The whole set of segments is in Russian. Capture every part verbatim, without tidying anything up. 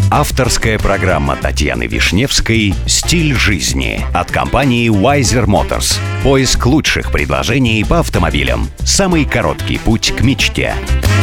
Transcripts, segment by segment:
Авторская программа Татьяны Вишневской «Стиль жизни» от компании Wiser Motors. Поиск лучших предложений по автомобилям. Самый короткий путь к мечте.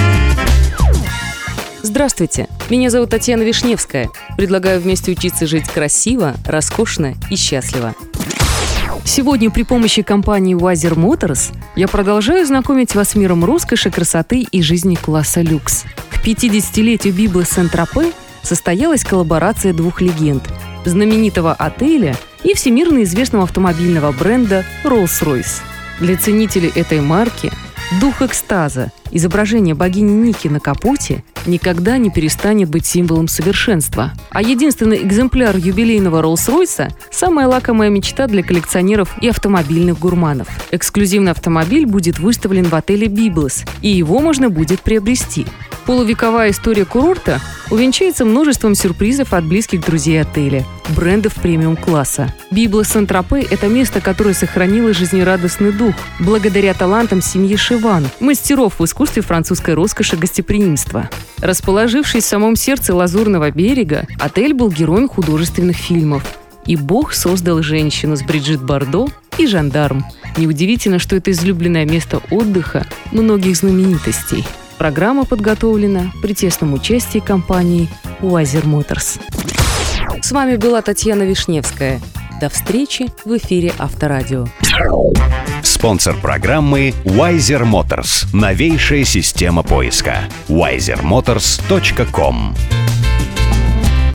Здравствуйте, меня зовут Татьяна Вишневская. Предлагаю вместе учиться жить красиво, роскошно и счастливо. Сегодня при помощи компании Wiser Motors я продолжаю знакомить вас с миром роскоши, красоты и жизни класса люкс. К пятидесятилетию Библы Сент-Тропе состоялась коллаборация двух легенд – знаменитого отеля и всемирно известного автомобильного бренда Rolls-Royce. Для ценителей этой марки дух экстаза, изображение богини Ники на капоте, никогда не перестанет быть символом совершенства. А единственный экземпляр юбилейного Роллс-Ройса – самая лакомая мечта для коллекционеров и автомобильных гурманов. Эксклюзивный автомобиль будет выставлен в отеле «Библос», и его можно будет приобрести. Полувековая история курорта увенчается множеством сюрпризов от близких друзей отеля, брендов премиум-класса. Библос Сент-Тропе – это место, которое сохранило жизнерадостный дух благодаря талантам семьи Шиван, мастеров в искусстве французской роскоши гостеприимства. Расположившись в самом сердце Лазурного берега, отель был героем художественных фильмов. И Бог создал женщину с Бриджит Бардо и жандарм. Неудивительно, что это излюбленное место отдыха многих знаменитостей. Программа подготовлена при тесном участии компании Wiser Motors. С вами была Татьяна Вишневская. До встречи в эфире Авторадио. Спонсор программы Wiser Motors. Новейшая система поиска. вайзер моторс точка ком